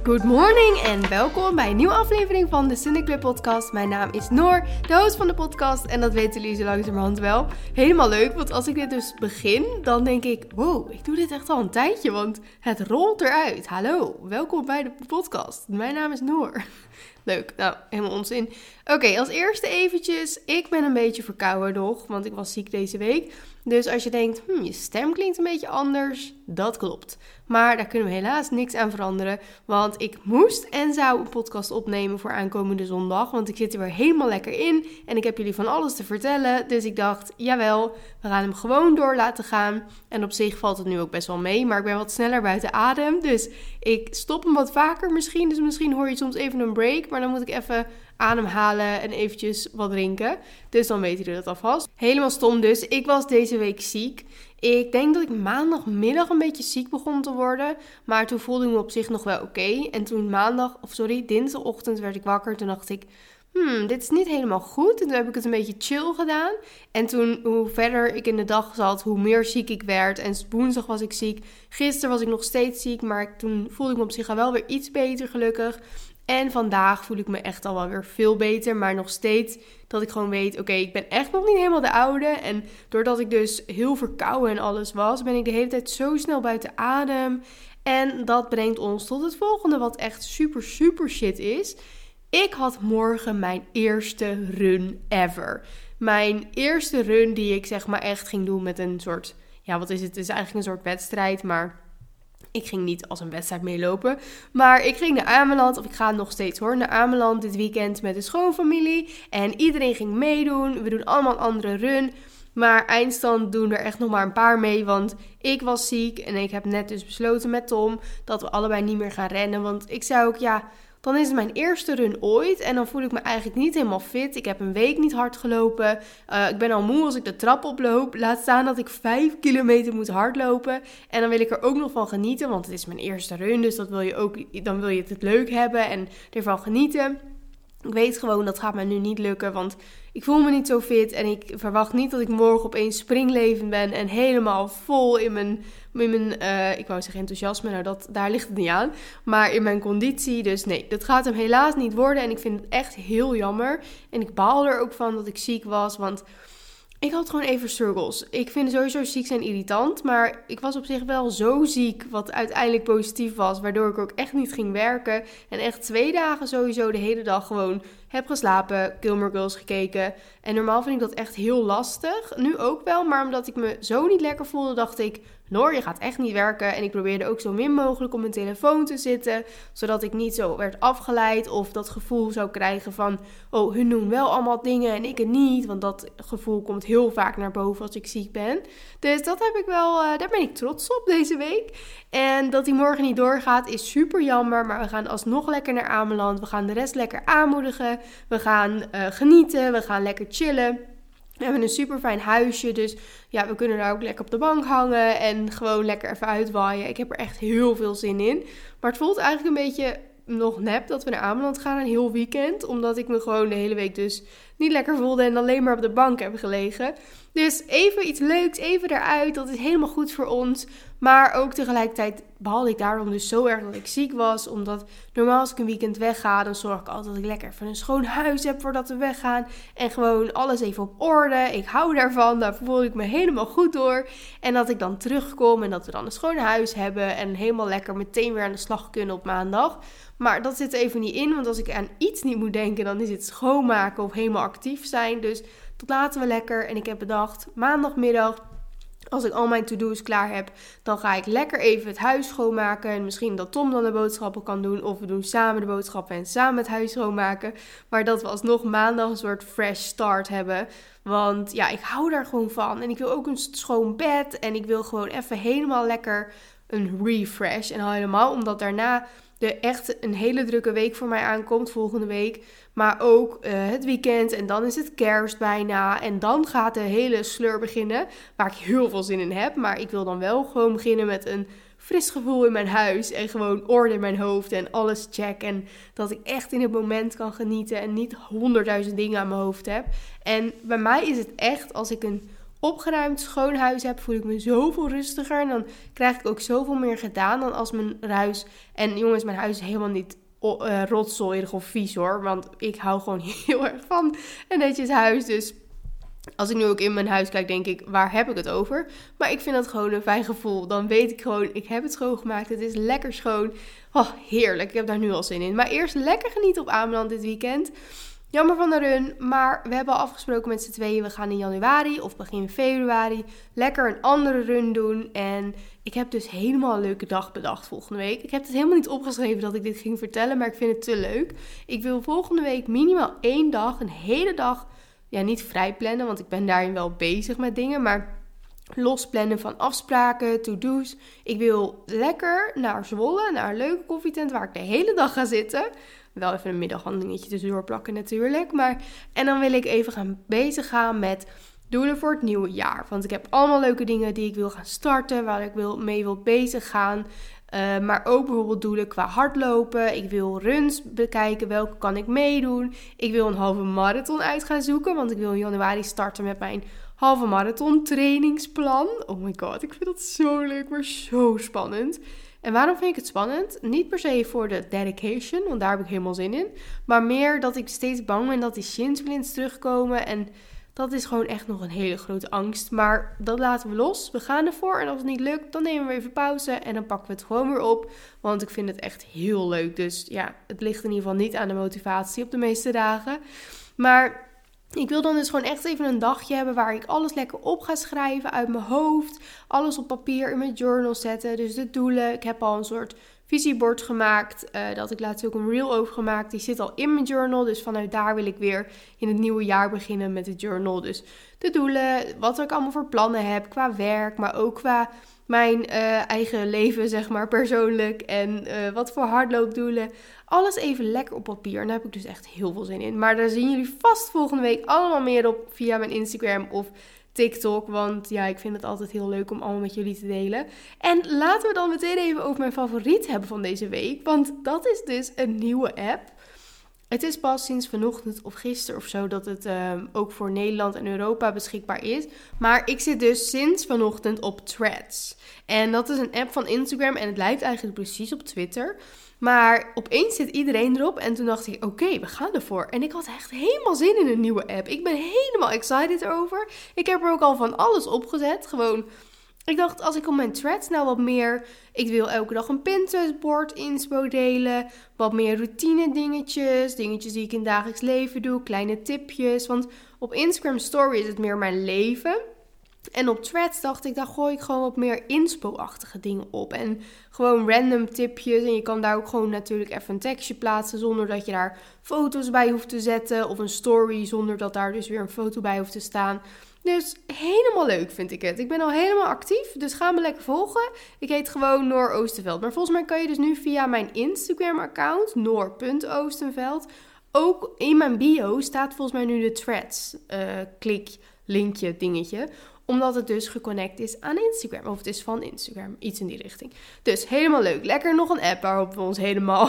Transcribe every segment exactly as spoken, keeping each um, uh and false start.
Good morning en welkom bij een nieuwe aflevering van de Sunday Club podcast. Mijn naam is Noor, de host van de podcast en dat weten jullie zo langzamerhand wel. Helemaal leuk, want als ik dit dus begin, dan denk ik, wow, ik doe dit echt al een tijdje, want het rolt eruit. Hallo, welkom bij de podcast. Mijn naam is Noor. Leuk, nou, helemaal onzin. Oké, okay, als eerste eventjes, ik ben een beetje verkouden nog, want ik was ziek deze week. Dus als je denkt, hm, je stem klinkt een beetje anders, dat klopt. Maar daar kunnen we helaas niks aan veranderen, want ik moest en zou een podcast opnemen voor aankomende zondag, want ik zit er weer helemaal lekker in en ik heb jullie van alles te vertellen. Dus ik dacht, jawel, we gaan hem gewoon door laten gaan. En op zich valt het nu ook best wel mee, maar ik ben wat sneller buiten adem, dus ik stop hem wat vaker misschien. Dus misschien hoor je soms even een break, maar dan moet ik even ademhalen en eventjes wat drinken. Dus dan weten jullie dat alvast. Helemaal stom dus. Ik was deze week ziek. Ik denk dat ik maandagmiddag een beetje ziek begon te worden. Maar toen voelde ik me op zich nog wel oké. Okay. En toen maandag, of sorry, dinsdagochtend werd ik wakker. Toen dacht ik, hmm, dit is niet helemaal goed. En toen heb ik het een beetje chill gedaan. En toen, hoe verder ik in de dag zat, hoe meer ziek ik werd. En woensdag was ik ziek. Gisteren was ik nog steeds ziek. Maar toen voelde ik me op zich al wel weer iets beter, gelukkig. En vandaag voel ik me echt al wel weer veel beter, maar nog steeds dat ik gewoon weet, oké, okay, ik ben echt nog niet helemaal de oude. En doordat ik dus heel verkouden en alles was, ben ik de hele tijd zo snel buiten adem. En dat brengt ons tot het volgende, wat echt super, super shit is. Ik had morgen mijn eerste run ever. Mijn eerste run die ik zeg maar echt ging doen met een soort, ja wat is het, het is eigenlijk een soort wedstrijd, maar ik ging niet als een wedstrijd meelopen, maar ik ging naar Ameland, of ik ga nog steeds hoor, naar Ameland dit weekend met de schoonfamilie. En iedereen ging meedoen, we doen allemaal een andere run. Maar eindstand doen er echt nog maar een paar mee, want ik was ziek. En ik heb net dus besloten met Tom dat we allebei niet meer gaan rennen. Want ik zei ook, ja, dan is het mijn eerste run ooit en dan voel ik me eigenlijk niet helemaal fit. Ik heb een week niet hard gelopen. Uh, ik ben al moe als ik de trap oploop. Laat staan dat ik vijf kilometer moet hardlopen. En dan wil ik er ook nog van genieten, want het is mijn eerste run. Dus dat wil je ook, dan wil je het leuk hebben en ervan genieten. Ik weet gewoon, dat gaat mij nu niet lukken, want ik voel me niet zo fit. En ik verwacht niet dat ik morgen opeens springlevend ben en helemaal vol in mijn, in mijn uh, ik wou zeggen enthousiasme, nou dat, daar ligt het niet aan. Maar in mijn conditie, dus nee, dat gaat hem helaas niet worden. En ik vind het echt heel jammer. En ik baal er ook van dat ik ziek was, want ik had gewoon even struggles. Ik vind sowieso ziek zijn irritant, maar ik was op zich wel zo ziek, wat uiteindelijk positief was, waardoor ik ook echt niet ging werken. En echt twee dagen sowieso de hele dag gewoon heb geslapen, Gilmore Girls gekeken. En normaal vind ik dat echt heel lastig. Nu ook wel, maar omdat ik me zo niet lekker voelde, dacht ik, Noor, je gaat echt niet werken. En ik probeerde ook zo min mogelijk op mijn telefoon te zitten, zodat ik niet zo werd afgeleid of dat gevoel zou krijgen van, oh, hun doen wel allemaal dingen en ik het niet. Want dat gevoel komt heel vaak naar boven als ik ziek ben. Dus dat heb ik wel, uh, daar ben ik trots op deze week. En dat die morgen niet doorgaat is super jammer, maar we gaan alsnog lekker naar Ameland. We gaan de rest lekker aanmoedigen. We gaan uh, genieten, we gaan lekker chillen. We hebben een super fijn huisje, dus ja, we kunnen daar ook lekker op de bank hangen en gewoon lekker even uitwaaien. Ik heb er echt heel veel zin in. Maar het voelt eigenlijk een beetje nog nep dat we naar Ameland gaan een heel weekend, omdat ik me gewoon de hele week dus niet lekker voelde en alleen maar op de bank heb gelegen. Dus even iets leuks, even eruit, dat is helemaal goed voor ons. Maar ook tegelijkertijd behaalde ik daarom dus zo erg dat ik ziek was. Omdat normaal als ik een weekend wegga, dan zorg ik altijd dat ik lekker even een schoon huis heb voordat we weggaan. En gewoon alles even op orde. Ik hou daarvan, daar voel ik me helemaal goed door. En dat ik dan terugkom en dat we dan een schoon huis hebben. En helemaal lekker meteen weer aan de slag kunnen op maandag. Maar dat zit er even niet in, want als ik aan iets niet moet denken, dan is het schoonmaken of helemaal actief zijn. Dus dat laten we lekker. En ik heb bedacht, maandagmiddag, als ik al mijn to-do's klaar heb, dan ga ik lekker even het huis schoonmaken. En misschien dat Tom dan de boodschappen kan doen. Of we doen samen de boodschappen en samen het huis schoonmaken. Maar dat we alsnog maandag een soort fresh start hebben. Want ja, ik hou daar gewoon van. En ik wil ook een schoon bed. En ik wil gewoon even helemaal lekker een refresh. En al helemaal omdat daarna er echt een hele drukke week voor mij aankomt volgende week. Maar ook uh, het weekend en dan is het kerst bijna. En dan gaat de hele sleur beginnen, waar ik heel veel zin in heb. Maar ik wil dan wel gewoon beginnen met een fris gevoel in mijn huis. En gewoon orde in mijn hoofd en alles check. En dat ik echt in het moment kan genieten en niet honderdduizend dingen aan mijn hoofd heb. En bij mij is het echt, als ik een opgeruimd, schoon huis heb, voel ik me zoveel rustiger. En dan krijg ik ook zoveel meer gedaan dan als mijn huis... En jongens, mijn huis is helemaal niet uh, rotzooierig of vies hoor. Want ik hou gewoon heel erg van een netjes huis. Dus als ik nu ook in mijn huis kijk, denk ik, waar heb ik het over? Maar ik vind dat gewoon een fijn gevoel. Dan weet ik gewoon, ik heb het schoongemaakt. Het is lekker schoon. Oh, heerlijk. Ik heb daar nu al zin in. Maar eerst lekker genieten op Ameland dit weekend. Jammer van de run, maar we hebben al afgesproken met z'n tweeën. We gaan in januari of begin februari lekker een andere run doen. En ik heb dus helemaal een leuke dag bedacht volgende week. Ik heb het helemaal niet opgeschreven dat ik dit ging vertellen, maar ik vind het te leuk. Ik wil volgende week minimaal één dag, een hele dag, ja niet vrij plannen, want ik ben daarin wel bezig met dingen, maar losplannen van afspraken, to-do's. Ik wil lekker naar Zwolle, naar een leuke koffietent waar ik de hele dag ga zitten. Wel even een middagwandelingetje tussendoor plakken natuurlijk. Maar, en dan wil ik even gaan bezig gaan met doelen voor het nieuwe jaar. Want ik heb allemaal leuke dingen die ik wil gaan starten, waar ik wil, mee wil bezig gaan. Uh, maar ook bijvoorbeeld doelen qua hardlopen. Ik wil runs bekijken, welke kan ik meedoen. Ik wil een halve marathon uit gaan zoeken, want ik wil in januari starten met mijn halve marathon trainingsplan. Oh my god, ik vind dat zo leuk, maar zo spannend. En waarom vind ik het spannend? Niet per se voor de dedication, want daar heb ik helemaal zin in. Maar meer dat ik steeds bang ben dat die shinsplints terugkomen. En dat is gewoon echt nog een hele grote angst. Maar dat laten we los. We gaan ervoor. En als het niet lukt, dan nemen we even pauze. En dan pakken we het gewoon weer op. Want ik vind het echt heel leuk. Dus ja, het ligt in ieder geval niet aan de motivatie op de meeste dagen. Maar ik wil dan dus gewoon echt even een dagje hebben waar ik alles lekker op ga schrijven uit mijn hoofd. Alles op papier in mijn journal zetten. Dus de doelen. Ik heb al een soort visiebord gemaakt. Uh, dat ik laatst ook een reel over gemaakt. Die zit al in mijn journal. Dus vanuit daar wil ik weer in het nieuwe jaar beginnen met de journal. Dus de doelen. Wat ik allemaal voor plannen heb qua werk. Maar ook qua mijn uh, eigen leven, zeg maar, persoonlijk. En uh, wat voor hardloopdoelen. Alles even lekker op papier. En daar heb ik dus echt heel veel zin in. Maar daar zien jullie vast volgende week allemaal meer op via mijn Instagram of TikTok. Want ja, ik vind het altijd heel leuk om allemaal met jullie te delen. En laten we dan meteen even over mijn favoriet hebben van deze week. Want dat is dus een nieuwe app. Het is pas sinds vanochtend of gisteren of zo dat het um, ook voor Nederland en Europa beschikbaar is. Maar ik zit dus sinds vanochtend op Threads. En dat is een app van Instagram en het lijkt eigenlijk precies op Twitter. Maar opeens zit iedereen erop en toen dacht ik, oké, okay, we gaan ervoor. En ik had echt helemaal zin in een nieuwe app. Ik ben helemaal excited erover. Ik heb er ook al van alles opgezet. Gewoon, ik dacht, als ik op mijn Threads nou wat meer... Ik wil elke dag een Pinterest-board inspo delen. Wat meer routine dingetjes. Dingetjes die ik in het dagelijks leven doe. Kleine tipjes. Want op Instagram Story is het meer mijn leven. En op Threads dacht ik, daar gooi ik gewoon wat meer inspo-achtige dingen op. En gewoon random tipjes. En je kan daar ook gewoon natuurlijk even een tekstje plaatsen zonder dat je daar foto's bij hoeft te zetten. Of een story zonder dat daar dus weer een foto bij hoeft te staan. Dus helemaal leuk vind ik het. Ik ben al helemaal actief, dus ga me lekker volgen. Ik heet gewoon Noor Oostenveld. Maar volgens mij kan je dus nu via mijn Instagram-account, noor punt oostenveld... ook in mijn bio staat volgens mij nu de Threads uh, klik, linkje, dingetje. Omdat het dus geconnect is aan Instagram. Of het is van Instagram. Iets in die richting. Dus helemaal leuk. Lekker nog een app waarop we ons helemaal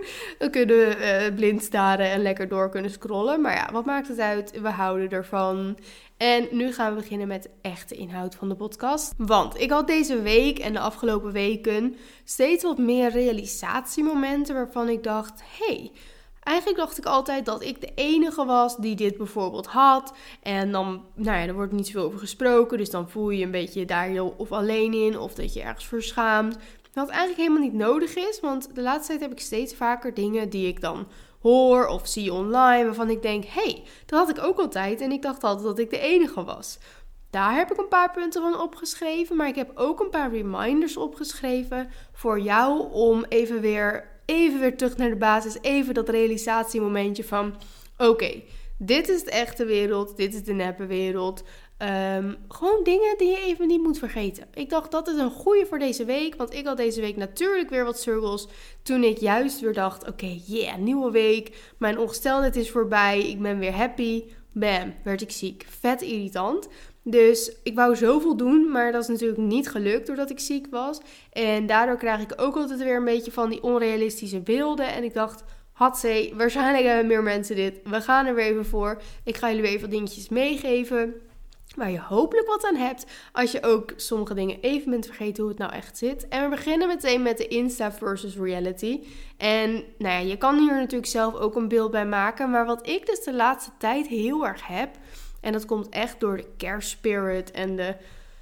kunnen uh, blind staren en lekker door kunnen scrollen. Maar ja, wat maakt het uit? We houden ervan. En nu gaan we beginnen met de echte inhoud van de podcast. Want ik had deze week en de afgelopen weken steeds wat meer realisatiemomenten waarvan ik dacht, hey, eigenlijk dacht ik altijd dat ik de enige was die dit bijvoorbeeld had. En dan, nou ja, er wordt niet zoveel over gesproken. Dus dan voel je je een beetje daar heel of alleen in. Of dat je ergens verschaamt. Wat eigenlijk helemaal niet nodig is. Want de laatste tijd heb ik steeds vaker dingen die ik dan hoor of zie online. Waarvan ik denk, hé, hey, dat had ik ook altijd. En ik dacht altijd dat ik de enige was. Daar heb ik een paar punten van opgeschreven. Maar ik heb ook een paar reminders opgeschreven voor jou om even weer... Even weer terug naar de basis. Even dat realisatiemomentje van... Oké, okay, dit is de echte wereld. Dit is de neppe wereld. Um, gewoon dingen die je even niet moet vergeten. Ik dacht, dat is een goeie voor deze week. Want ik had deze week natuurlijk weer wat struggles. Toen ik juist weer dacht... Oké, okay, yeah, nieuwe week. Mijn ongesteldheid is voorbij. Ik ben weer happy. Bam, werd ik ziek. Vet irritant. Dus ik wou zoveel doen, maar dat is natuurlijk niet gelukt doordat ik ziek was. En daardoor krijg ik ook altijd weer een beetje van die onrealistische beelden. En ik dacht, hatzee, waarschijnlijk hebben meer mensen dit. We gaan er weer even voor. Ik ga jullie weer even wat dingetjes meegeven. waar je hopelijk wat aan hebt als je ook sommige dingen even bent vergeten hoe het nou echt zit. En we beginnen meteen met de Insta versus reality. En nou ja, je kan hier natuurlijk zelf ook een beeld bij maken. Maar wat ik dus de laatste tijd heel erg heb, en dat komt echt door de kerstspirit en de,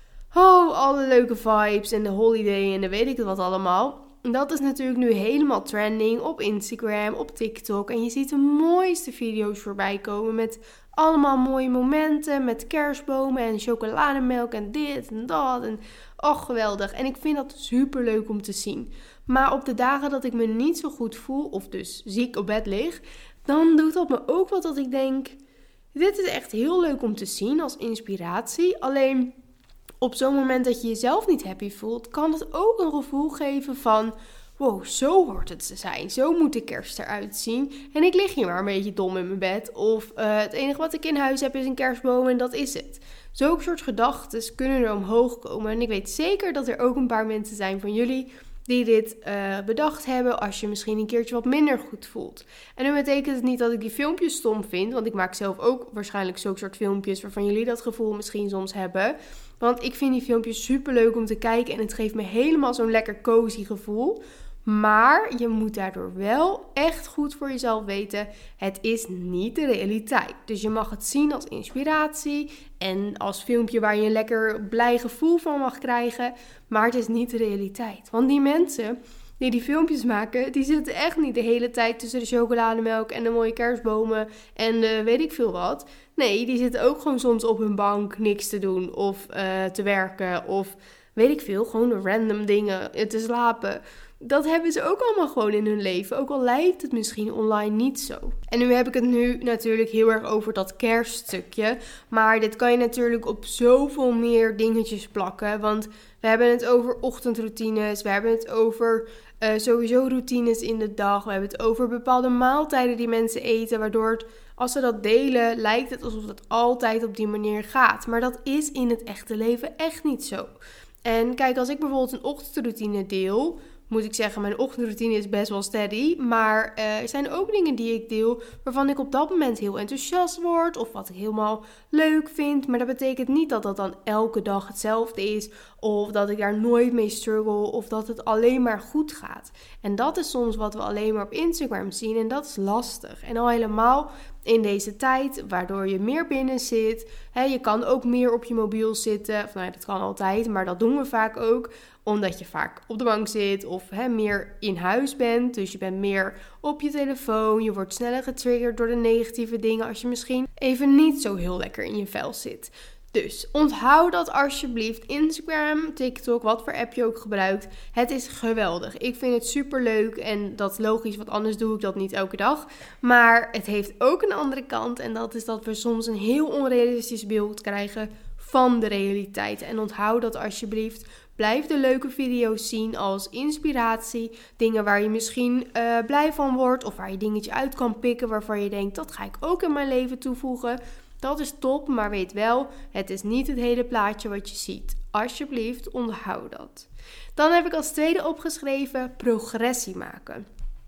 oh, alle leuke vibes en de holiday en de weet ik het wat allemaal. Dat is natuurlijk nu helemaal trending op Instagram, op TikTok. En je ziet de mooiste video's voorbij komen met allemaal mooie momenten. Met kerstbomen en chocolademelk en dit en dat. En oh, geweldig. En ik vind dat super leuk om te zien. Maar op de dagen dat ik me niet zo goed voel, of dus ziek op bed lig, dan doet dat me ook wat dat ik denk, dit is echt heel leuk om te zien als inspiratie. Alleen op zo'n moment dat je jezelf niet happy voelt, kan het ook een gevoel geven van, wow, zo hoort het te zijn. Zo moet de kerst eruit zien. En ik lig hier maar een beetje dom in mijn bed. Of uh, het enige wat ik in huis heb is een kerstboom en dat is het. Zulke soort gedachten kunnen er omhoog komen. En ik weet zeker dat er ook een paar mensen zijn van jullie die dit uh, bedacht hebben als je misschien een keertje wat minder goed voelt. En nu betekent het niet dat ik die filmpjes stom vind, want ik maak zelf ook waarschijnlijk zulke soort filmpjes waarvan jullie dat gevoel misschien soms hebben. Want ik vind die filmpjes super leuk om te kijken en het geeft me helemaal zo'n lekker cozy gevoel. Maar je moet daardoor wel echt goed voor jezelf weten, het is niet de realiteit. Dus je mag het zien als inspiratie en als filmpje waar je een lekker blij gevoel van mag krijgen. Maar het is niet de realiteit. Want die mensen die die filmpjes maken, die zitten echt niet de hele tijd tussen de chocolademelk en de mooie kerstbomen en de weet ik veel wat. Nee, die zitten ook gewoon soms op hun bank niks te doen of uh, te werken of weet ik veel, gewoon de random dingen, te slapen. Dat hebben ze ook allemaal gewoon in hun leven. Ook al lijkt het misschien online niet zo. En nu heb ik het nu natuurlijk heel erg over dat kerststukje. Maar dit kan je natuurlijk op zoveel meer dingetjes plakken. Want we hebben het over ochtendroutines. We hebben het over uh, sowieso routines in de dag. We hebben het over bepaalde maaltijden die mensen eten. Waardoor het, als ze dat delen, lijkt het alsof het altijd op die manier gaat. Maar dat is in het echte leven echt niet zo. En kijk, als ik bijvoorbeeld een ochtendroutine deel, moet ik zeggen, mijn ochtendroutine is best wel steady. Maar uh, er zijn ook dingen die ik deel waarvan ik op dat moment heel enthousiast word. Of wat ik helemaal leuk vind. Maar dat betekent niet dat dat dan elke dag hetzelfde is. Of dat ik daar nooit mee struggle. Of dat het alleen maar goed gaat. En dat is soms wat we alleen maar op Instagram zien. En dat is lastig. En al helemaal in deze tijd, waardoor je meer binnen zit. Hè, je kan ook meer op je mobiel zitten. Of nou ja, dat kan altijd, maar dat doen we vaak ook. Omdat je vaak op de bank zit of hè, meer in huis bent. Dus je bent meer op je telefoon. Je wordt sneller getriggerd door de negatieve dingen als je misschien even niet zo heel lekker in je vel zit. Dus onthoud dat alsjeblieft. Instagram, TikTok, wat voor app je ook gebruikt. Het is geweldig. Ik vind het super leuk en dat is logisch, want anders doe ik dat niet elke dag. Maar het heeft ook een andere kant en dat is dat we soms een heel onrealistisch beeld krijgen van de realiteit. En onthoud dat alsjeblieft. Blijf de leuke video's zien als inspiratie. Dingen waar je misschien uh, blij van wordt of waar je dingetje uit kan pikken waarvan je denkt, dat ga ik ook in mijn leven toevoegen. Dat is top, maar weet wel, het is niet het hele plaatje wat je ziet. Alsjeblieft, onthoud dat. Dan heb ik als tweede opgeschreven progressie maken.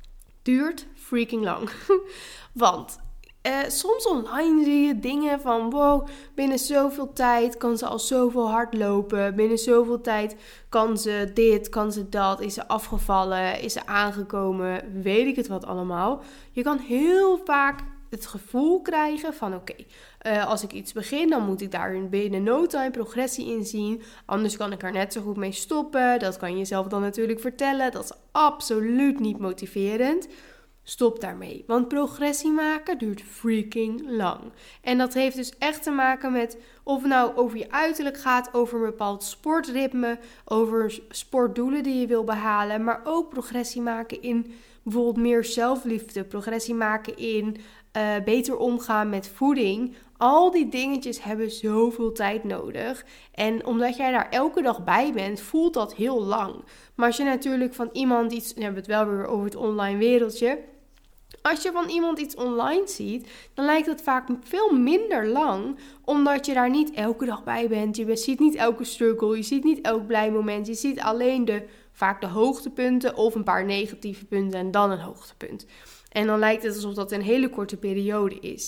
Duurt freaking lang. Want Uh, soms online zie je dingen van wow, binnen zoveel tijd kan ze al zoveel hard lopen. Binnen zoveel tijd kan ze dit, kan ze dat. Is ze afgevallen, is ze aangekomen, weet ik het wat allemaal. Je kan heel vaak het gevoel krijgen van oké, okay, uh, als ik iets begin, dan moet ik daar binnen no time progressie in zien. Anders kan ik er net zo goed mee stoppen. Dat kan je jezelf dan natuurlijk vertellen. Dat is absoluut niet motiverend. Stop daarmee, want progressie maken duurt freaking lang. En dat heeft dus echt te maken met of het nou over je uiterlijk gaat, over een bepaald sportritme, over sportdoelen die je wil behalen, maar ook progressie maken in bijvoorbeeld meer zelfliefde, progressie maken in uh, beter omgaan met voeding. Al die dingetjes hebben zoveel tijd nodig. En omdat jij daar elke dag bij bent, voelt dat heel lang. Maar als je natuurlijk van iemand iets, dan hebben we het wel weer over het online wereldje. Als je van iemand iets online ziet, dan lijkt het vaak veel minder lang, omdat je daar niet elke dag bij bent. Je ziet niet elke struggle, je ziet niet elk blij moment. Je ziet alleen de, vaak de hoogtepunten of een paar negatieve punten en dan een hoogtepunt. En dan lijkt het alsof dat een hele korte periode is.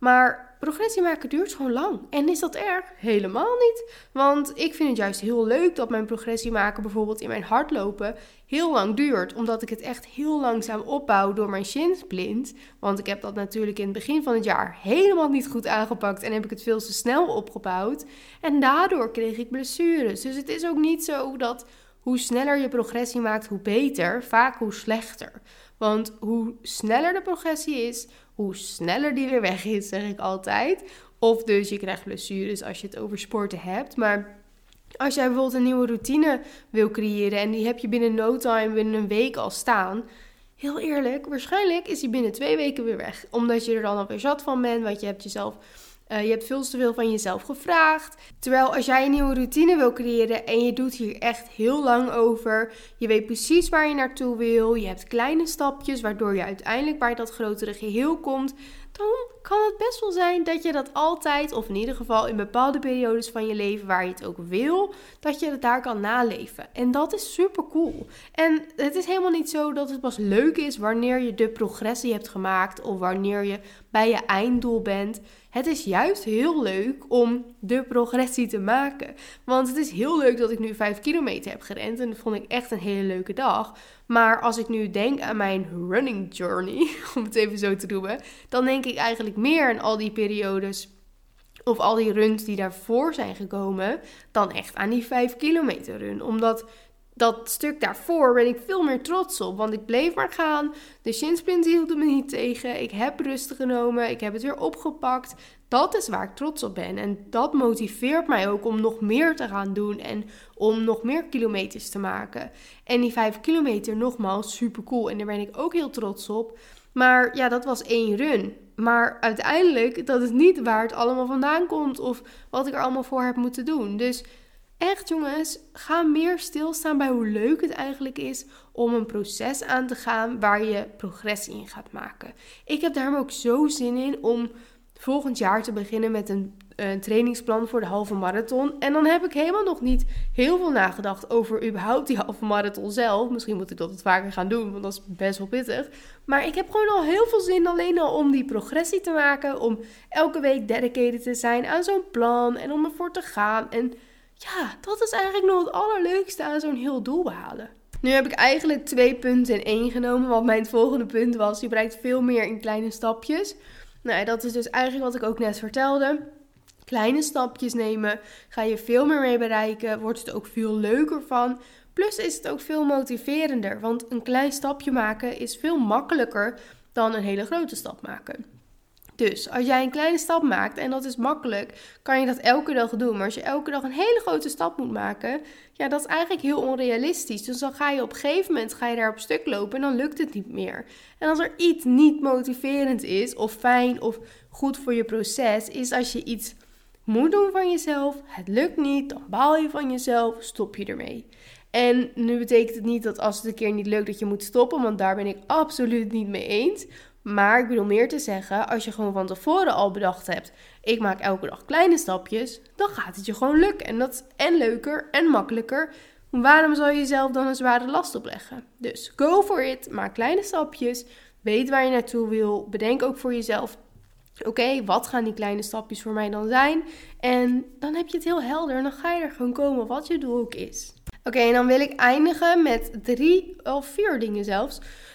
Maar progressie maken duurt gewoon lang. En is dat erg? Helemaal niet. Want ik vind het juist heel leuk dat mijn progressie maken bijvoorbeeld in mijn hardlopen heel lang duurt. Omdat ik het echt heel langzaam opbouw door mijn shinsplint. Want ik heb dat natuurlijk in het begin van het jaar helemaal niet goed aangepakt. En heb ik het veel te snel opgebouwd. En daardoor kreeg ik blessures. Dus het is ook niet zo dat hoe sneller je progressie maakt, hoe beter. Vaak hoe slechter. Want hoe sneller de progressie is, hoe sneller die weer weg is, zeg ik altijd. Of dus je krijgt blessures als je het over sporten hebt. Maar als jij bijvoorbeeld een nieuwe routine wil creëren en die heb je binnen no time, binnen een week al staan. Heel eerlijk, waarschijnlijk is die binnen twee weken weer weg. Omdat je er dan alweer zat van bent, want je hebt jezelf... Uh, je hebt veel te veel van jezelf gevraagd. Terwijl als jij een nieuwe routine wil creëren en je doet hier echt heel lang over. Je weet precies waar je naartoe wil. Je hebt kleine stapjes waardoor je uiteindelijk bij dat grotere geheel komt. Dan kan het best wel zijn dat je dat altijd, of in ieder geval in bepaalde periodes van je leven waar je het ook wil, dat je het daar kan naleven. En dat is super cool. En het is helemaal niet zo dat het pas leuk is wanneer je de progressie hebt gemaakt of wanneer je bij je einddoel bent. Het is juist heel leuk om de progressie te maken. Want het is heel leuk dat ik nu vijf kilometer heb gerend. En dat vond ik echt een hele leuke dag. Maar als ik nu denk aan mijn running journey, om het even zo te noemen, dan denk ik eigenlijk meer aan al die periodes of al die runs die daarvoor zijn gekomen, dan echt aan die vijf kilometer run. Omdat dat stuk daarvoor ben ik veel meer trots op. Want ik bleef maar gaan. De shinsplint hielden me niet tegen. Ik heb rust genomen. Ik heb het weer opgepakt. Dat is waar ik trots op ben. En dat motiveert mij ook om nog meer te gaan doen. En om nog meer kilometers te maken. En die vijf kilometer, nogmaals, super cool. En daar ben ik ook heel trots op. Maar ja, dat was één run. Maar uiteindelijk, dat is niet waar het allemaal vandaan komt. Of wat ik er allemaal voor heb moeten doen. Dus echt jongens, ga meer stilstaan bij hoe leuk het eigenlijk is om een proces aan te gaan waar je progressie in gaat maken. Ik heb daar ook zo zin in om volgend jaar te beginnen met een, een trainingsplan voor de halve marathon. En dan heb ik helemaal nog niet heel veel nagedacht over überhaupt die halve marathon zelf. Misschien moet ik dat wat vaker gaan doen, want dat is best wel pittig. Maar ik heb gewoon al heel veel zin alleen al om die progressie te maken. Om elke week dedicated te zijn aan zo'n plan en om ervoor te gaan. En ja, dat is eigenlijk nog het allerleukste aan zo'n heel doel behalen. Nu heb ik eigenlijk twee punten in één genomen, want mijn volgende punt was, je bereikt veel meer in kleine stapjes. Nou, dat is dus eigenlijk wat ik ook net vertelde. Kleine stapjes nemen, ga je veel meer mee bereiken, wordt het ook veel leuker van. Plus is het ook veel motiverender, want een klein stapje maken is veel makkelijker dan een hele grote stap maken. Dus als jij een kleine stap maakt, en dat is makkelijk, kan je dat elke dag doen. Maar als je elke dag een hele grote stap moet maken, ja, dat is eigenlijk heel onrealistisch. Dus dan ga je op een gegeven moment ga je daar op stuk lopen en dan lukt het niet meer. En als er iets niet motiverend is, of fijn, of goed voor je proces, is als je iets moet doen van jezelf, het lukt niet, dan baal je van jezelf, stop je ermee. En nu betekent het niet dat als het een keer niet lukt dat je moet stoppen, want daar ben ik absoluut niet mee eens. Maar ik bedoel meer te zeggen, als je gewoon van tevoren al bedacht hebt, ik maak elke dag kleine stapjes, dan gaat het je gewoon lukken. En dat is en leuker en makkelijker. Waarom zou je jezelf dan een zware last opleggen? Dus go for it, maak kleine stapjes, weet waar je naartoe wil. Bedenk ook voor jezelf, oké, okay, wat gaan die kleine stapjes voor mij dan zijn? En dan heb je het heel helder en dan ga je er gewoon komen wat je doel ook is. Oké, okay, en dan wil ik eindigen met drie of vier dingen zelfs.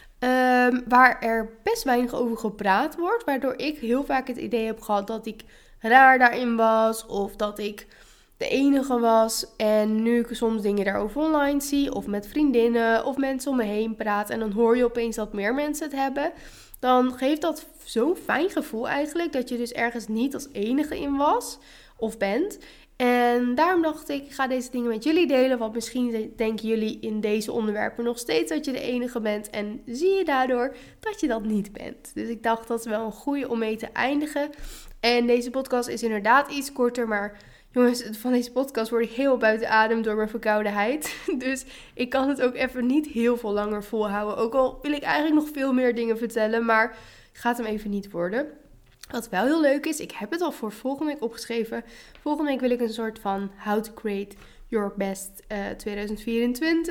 Um, waar er best weinig over gepraat wordt. Waardoor ik heel vaak het idee heb gehad dat ik raar daarin was. Of dat ik de enige was. En nu ik soms dingen daarover online zie. Of met vriendinnen. Of mensen om me heen praat. En dan hoor je opeens dat meer mensen het hebben. Dan geeft dat zo'n fijn gevoel eigenlijk. Dat je dus ergens niet als enige in was. Of bent. En daarom dacht ik, ik ga deze dingen met jullie delen. Want misschien denken jullie in deze onderwerpen nog steeds dat je de enige bent. En zie je daardoor dat je dat niet bent. Dus ik dacht, dat is wel een goede om mee te eindigen. En deze podcast is inderdaad iets korter. Maar jongens, van deze podcast word ik heel buiten adem door mijn verkoudheid. Dus ik kan het ook even niet heel veel langer volhouden. Ook al wil ik eigenlijk nog veel meer dingen vertellen. Maar gaat hem even niet worden. Wat wel heel leuk is, ik heb het al voor volgende week opgeschreven. Volgende week wil ik een soort van How to Create Your Best uh, twintig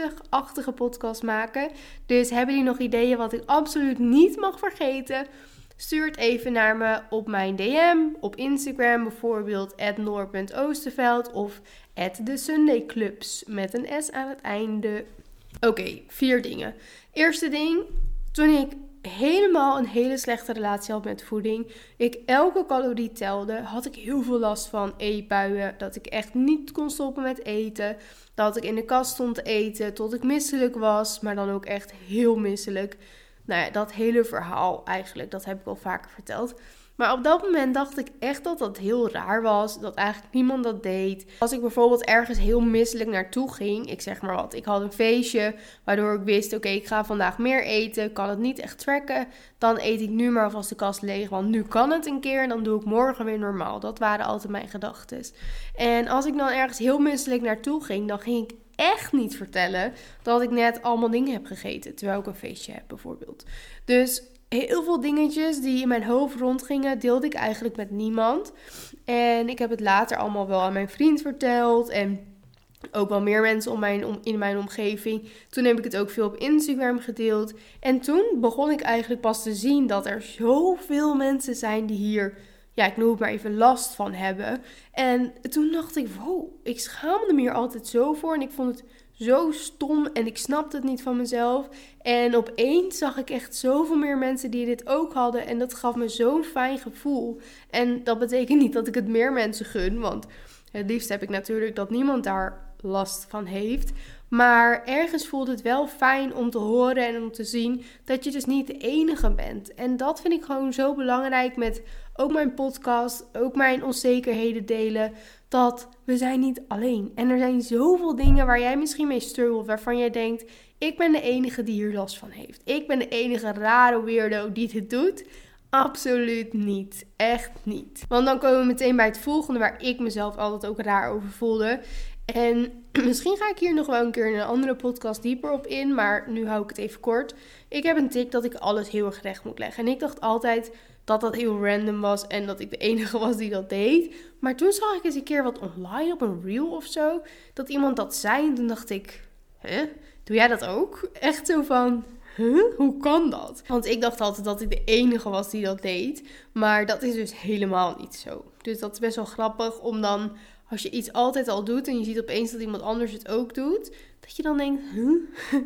vierentwintig-achtige podcast maken. Dus hebben jullie nog ideeën wat ik absoluut niet mag vergeten? Stuur het even naar me op mijn D M, op Instagram bijvoorbeeld, at noor punt oosterveld of at de Sunday Clubs met een S aan het einde. Oké, okay, vier dingen. Eerste ding, toen ik helemaal een hele slechte relatie had met voeding, ik elke calorie telde, had ik heel veel last van eetbuien, dat ik echt niet kon stoppen met eten, dat ik in de kast stond te eten tot ik misselijk was, maar dan ook echt heel misselijk. Nou ja, dat hele verhaal eigenlijk, dat heb ik al vaker verteld. Maar op dat moment dacht ik echt dat dat heel raar was, dat eigenlijk niemand dat deed. Als ik bijvoorbeeld ergens heel misselijk naartoe ging, ik zeg maar wat, ik had een feestje waardoor ik wist, oké, okay, ik ga vandaag meer eten, kan het niet echt tracken, dan eet ik nu maar alvast de kast leeg, want nu kan het een keer en dan doe ik morgen weer normaal. Dat waren altijd mijn gedachten. En als ik dan ergens heel misselijk naartoe ging, dan ging ik echt niet vertellen dat ik net allemaal dingen heb gegeten, terwijl ik een feestje heb bijvoorbeeld. Dus heel veel dingetjes die in mijn hoofd rondgingen, deelde ik eigenlijk met niemand. En ik heb het later allemaal wel aan mijn vriend verteld en ook wel meer mensen om mijn, om, in mijn omgeving. Toen heb ik het ook veel op Instagram gedeeld. En toen begon ik eigenlijk pas te zien dat er zoveel mensen zijn die hier, ja, ik noem het maar even, last van hebben. En toen dacht ik, wow, ik schaamde me hier altijd zo voor. En ik vond het zo stom en ik snapte het niet van mezelf. En opeens zag ik echt zoveel meer mensen die dit ook hadden. En dat gaf me zo'n fijn gevoel. En dat betekent niet dat ik het meer mensen gun. Want het liefst heb ik natuurlijk dat niemand daar last van heeft. Maar ergens voelt het wel fijn om te horen en om te zien dat je dus niet de enige bent. En dat vind ik gewoon zo belangrijk met ook mijn podcast, ook mijn onzekerheden delen. Dat we zijn niet alleen. En er zijn zoveel dingen waar jij misschien mee struggelt, waarvan jij denkt, ik ben de enige die hier last van heeft. Ik ben de enige rare weirdo die dit doet. Absoluut niet. Echt niet. Want dan komen we meteen bij het volgende waar ik mezelf altijd ook raar over voelde. En misschien ga ik hier nog wel een keer in een andere podcast dieper op in, maar nu hou ik het even kort. Ik heb een tik dat ik alles heel erg recht moet leggen. En ik dacht altijd dat dat heel random was en dat ik de enige was die dat deed. Maar toen zag ik eens een keer wat online op een reel of zo, dat iemand dat zei. En toen dacht ik, hè? Doe jij dat ook? Echt zo van, huh? Hoe kan dat? Want ik dacht altijd dat ik de enige was die dat deed. Maar dat is dus helemaal niet zo. Dus dat is best wel grappig om dan, als je iets altijd al doet en je ziet opeens dat iemand anders het ook doet, dat je dan denkt, huh?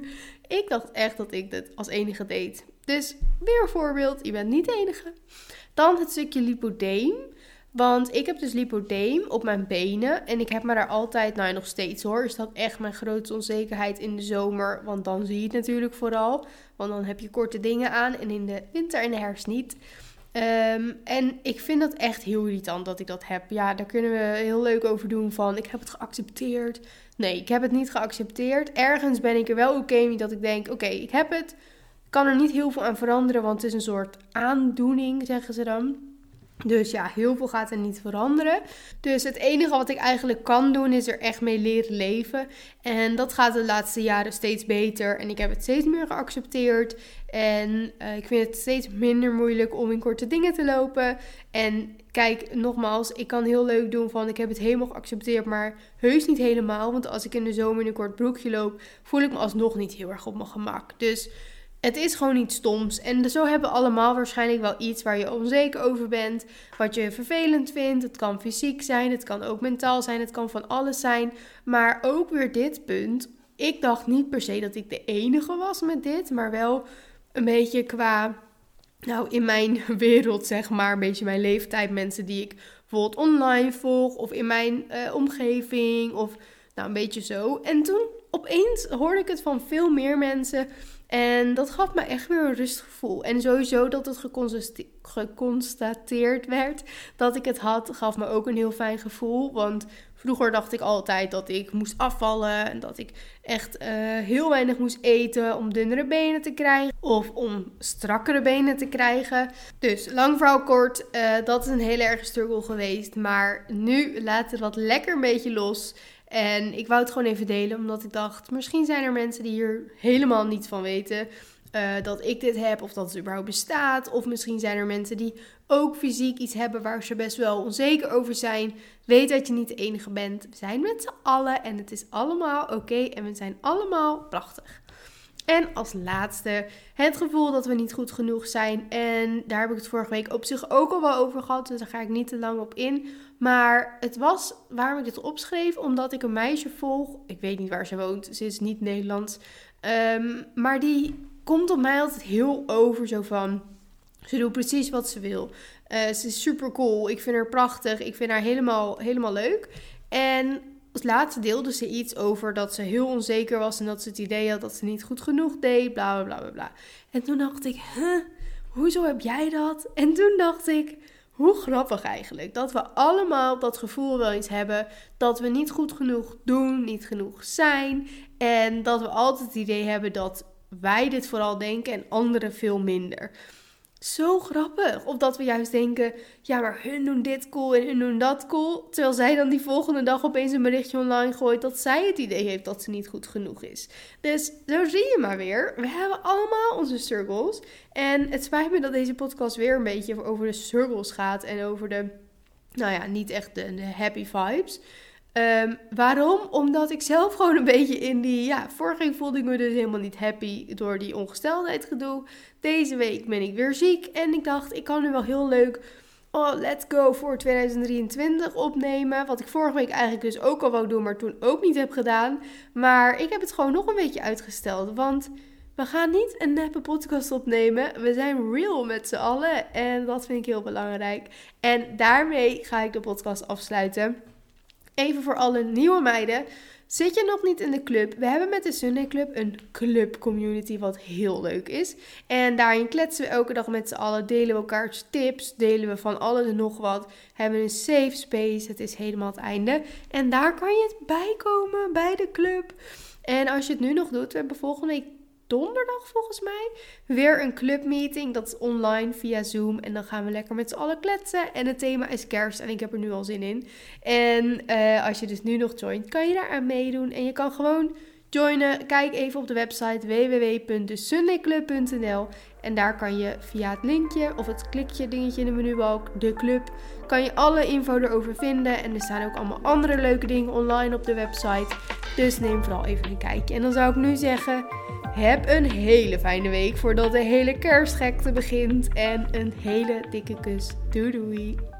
Ik dacht echt dat ik dit als enige deed. Dus weer een voorbeeld, je bent niet de enige. Dan het stukje lipodeem. Want ik heb dus lipodeem op mijn benen. En ik heb me daar altijd, nou ja, nog steeds hoor, is dat echt mijn grootste onzekerheid in de zomer. Want dan zie je het natuurlijk vooral. Want dan heb je korte dingen aan en in de winter en de herfst niet. Um, en ik vind dat echt heel irritant dat ik dat heb. Ja, daar kunnen we heel leuk over doen van, ik heb het geaccepteerd. Nee, ik heb het niet geaccepteerd. Ergens ben ik er wel oké okay mee dat ik denk, oké, okay, ik heb het. Ik kan er niet heel veel aan veranderen, want het is een soort aandoening, zeggen ze dan. Dus ja, heel veel gaat er niet veranderen. Dus het enige wat ik eigenlijk kan doen is er echt mee leren leven. En dat gaat de laatste jaren steeds beter. En ik heb het steeds meer geaccepteerd. En uh, ik vind het steeds minder moeilijk om in korte dingen te lopen. En kijk, nogmaals, ik kan heel leuk doen van ik heb het helemaal geaccepteerd, maar heus niet helemaal. Want als ik in de zomer in een kort broekje loop, voel ik me alsnog niet heel erg op mijn gemak. Dus het is gewoon iets stoms. En zo hebben we allemaal waarschijnlijk wel iets waar je onzeker over bent. Wat je vervelend vindt. Het kan fysiek zijn. Het kan ook mentaal zijn. Het kan van alles zijn. Maar ook weer dit punt. Ik dacht niet per se dat ik de enige was met dit. Maar wel een beetje qua, nou in mijn wereld zeg maar. Een beetje mijn leeftijd. Mensen die ik bijvoorbeeld online volg. Of in mijn uh, omgeving. Of nou een beetje zo. En toen opeens hoorde ik het van veel meer mensen. En dat gaf me echt weer een rustig gevoel. En sowieso dat het geconstateerd werd dat ik het had, gaf me ook een heel fijn gevoel. Want vroeger dacht ik altijd dat ik moest afvallen. En dat ik echt uh, heel weinig moest eten om dunnere benen te krijgen. Of om strakkere benen te krijgen. Dus lang verhaal kort, uh, dat is een hele erge struggle geweest. Maar nu laat het wat lekker een beetje los. En ik wou het gewoon even delen, omdat ik dacht, misschien zijn er mensen die hier helemaal niets van weten. Uh, dat ik dit heb of dat het überhaupt bestaat. Of misschien zijn er mensen die ook fysiek iets hebben waar ze best wel onzeker over zijn. Weet dat je niet de enige bent. We zijn met z'n allen en het is allemaal oké okay en we zijn allemaal prachtig. En als laatste het gevoel dat we niet goed genoeg zijn. En daar heb ik het vorige week op zich ook al wel over gehad. Dus daar ga ik niet te lang op in. Maar het was waarom ik het opschreef. Omdat ik een meisje volg. Ik weet niet waar ze woont. Ze is niet Nederlands. Um, maar die komt op mij altijd heel over. Zo van, ze doet precies wat ze wil. Uh, ze is super cool. Ik vind haar prachtig. Ik vind haar helemaal, helemaal leuk. En als laatste deelde ze iets over dat ze heel onzeker was en dat ze het idee had dat ze niet goed genoeg deed, bla bla bla bla. En toen dacht ik, huh, hoezo heb jij dat? En toen dacht ik, hoe grappig eigenlijk, dat we allemaal dat gevoel wel eens hebben dat we niet goed genoeg doen, niet genoeg zijn. En dat we altijd het idee hebben dat wij dit vooral denken en anderen veel minder. Zo grappig. Of dat we juist denken, ja, maar hun doen dit cool en hun doen dat cool. Terwijl zij dan die volgende dag opeens een berichtje online gooit dat zij het idee heeft dat ze niet goed genoeg is. Dus zo zie je maar weer. We hebben allemaal onze struggles. En het spijt me dat deze podcast weer een beetje over de struggles gaat en over de, nou ja, niet echt de, de happy vibes. Um, waarom? Omdat ik zelf gewoon een beetje in die... Ja, vorige week voelde ik me dus helemaal niet happy door die ongesteldheid gedoe. Deze week ben ik weer ziek. En ik dacht, ik kan nu wel heel leuk... Oh, let's go voor twintig drieëntwintig opnemen. Wat ik vorige week eigenlijk dus ook al wou doen, maar toen ook niet heb gedaan. Maar ik heb het gewoon nog een beetje uitgesteld. Want we gaan niet een neppe podcast opnemen. We zijn real met z'n allen. En dat vind ik heel belangrijk. En daarmee ga ik de podcast afsluiten. Even voor alle nieuwe meiden. Zit je nog niet in de club? We hebben met de Sunday Club een club community wat heel leuk is. En daarin kletsen we elke dag met z'n allen. Delen we elkaars tips. Delen we van alles en nog wat. Hebben een safe space. Het is helemaal het einde. En daar kan je het bijkomen bij de club. En als je het nu nog doet. We hebben volgende week donderdag volgens mij weer een clubmeeting. Dat is online via Zoom. En dan gaan we lekker met z'n allen kletsen. En het thema is kerst. En ik heb er nu al zin in. En uh, als je dus nu nog joint, kan je daar aan meedoen. En je kan gewoon joinen. Kijk even op de website w w w punt de sunday club punt n l. En daar kan je via het linkje of het klikje dingetje in de menubalk, de club, kan je alle info erover vinden. En er staan ook allemaal andere leuke dingen online op de website. Dus neem vooral even een kijkje. En dan zou ik nu zeggen, heb een hele fijne week voordat de hele kerstgekte begint. En een hele dikke kus. Doei doei.